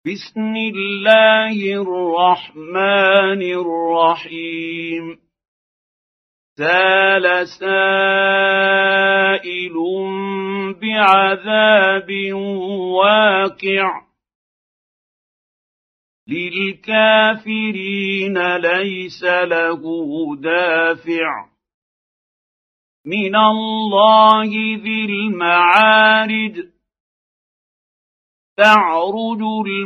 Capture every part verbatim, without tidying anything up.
بسم الله الرحمن الرحيم سأل سائل بعذاب واقع للكافرين ليس له دافع من الله ذي المعارج تعرج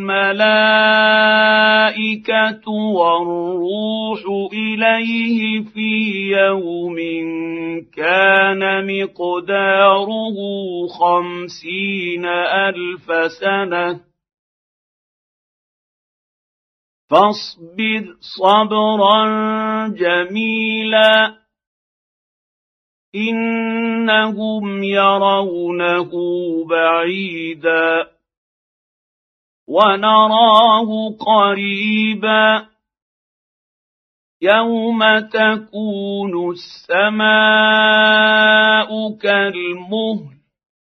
الملائكة والروح إليه في يوم كان مقداره خمسين ألف سنة فاصبر صبرا جميلا إنهم يرونه بعيدا ونراه قريبا يوم تكون السماء كالمهل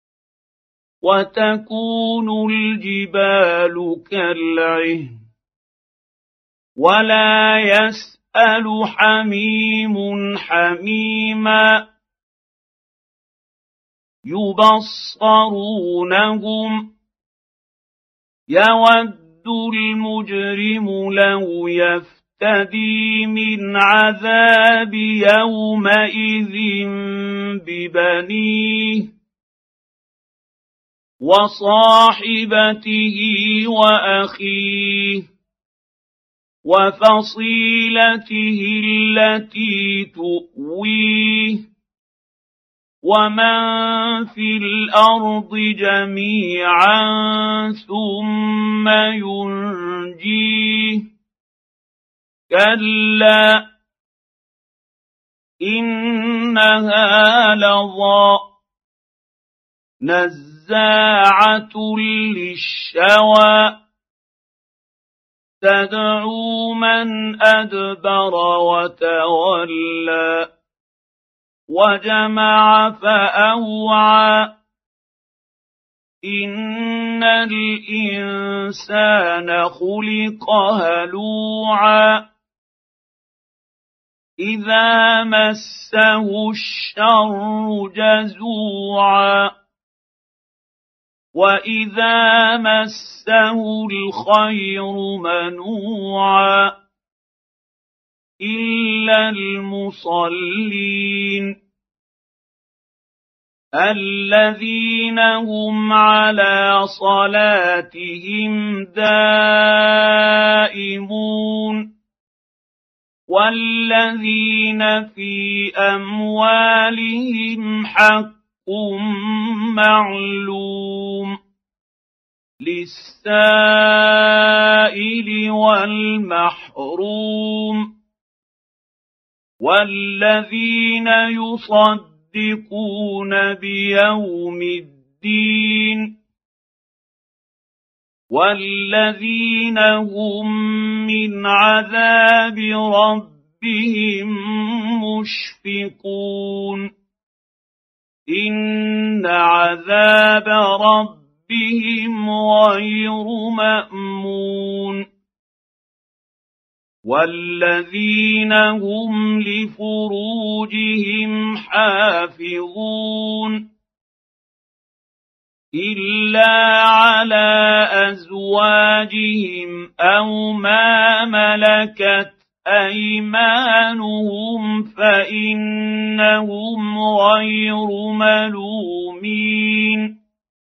وتكون الجبال كالعهن ولا يسأل حميم حميما يبصرونهم يود المجرم لو يفتدي من عذاب يومئذ ببنيه وصاحبته وأخيه وفصيلته التي تؤويه ومن في الأرض جميعا ثم ينجيه كلا إنها لظى نزاعة للشوى تدعو من أدبر وتولى وجمع فأوعى إن الإنسان خلق هلوعا إذا مسه الشر جزوعا وإذا مسه الخير منوعا إلا المصلين الذين هم على صلاتهم دائمون والذين في أموالهم حق معلوم للسائل والمحروم والذين يصدقون بيوم الدين والذين هم من عذاب ربهم مشفقون إن عذاب ربهم غير مأمون والذين هم لفروجهم حافظون إلا على أزواجهم أو ما ملكت أيمانهم فإنهم غير ملومين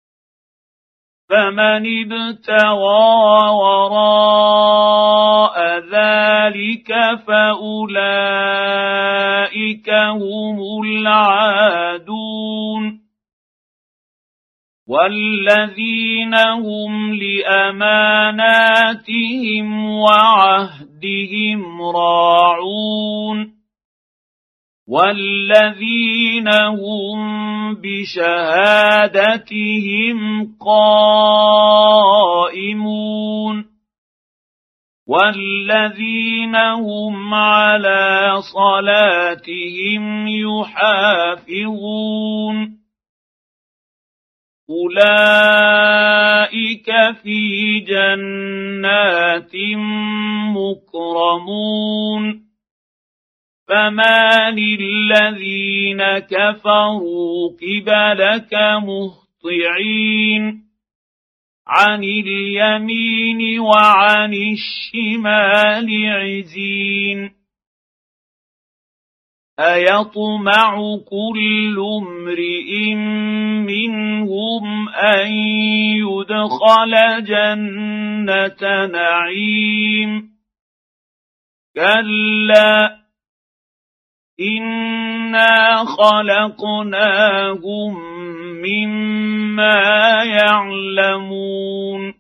فمن ابتغى وراء ذلك فأولئك هم العادون والذين هم لأماناتهم وعهدهم راعون والذين هم بشهادتهم قائمون والذين هم على صلاتهم يحافظون أولئك في جنات مكرمون فما للذين كفروا قبلك مهطعين عن اليمين وعن الشمال عزين أيطمع كل امرئ منهم أن يدخل جنة نعيم كلا إنا خلقناهم مما يعلمون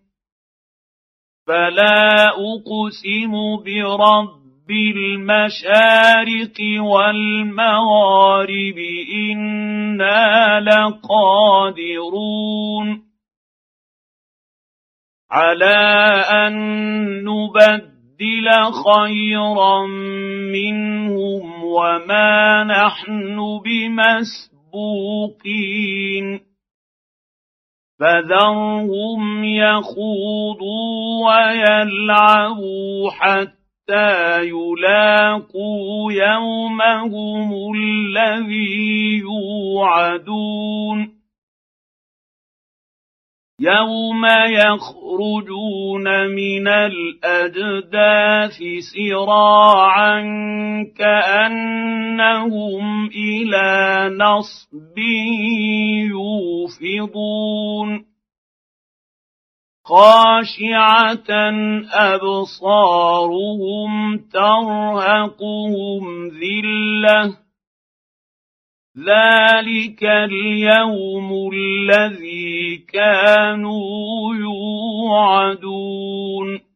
فلا أقسم برب المشارق والمغارب إنا لقادرون على أن نبدل خيرا منهم وما نحن بمسبوقين فذرهم يخوضوا ويلعبوا حتى يلاقوا يومهم الذي يوعدون يوم يخرجون من الأجداث سراعا كأنهم إلى نصب يوفضون خاشعة أبصارهم ترهقهم ذلة ذلك اليوم الذي كانوا يوعدون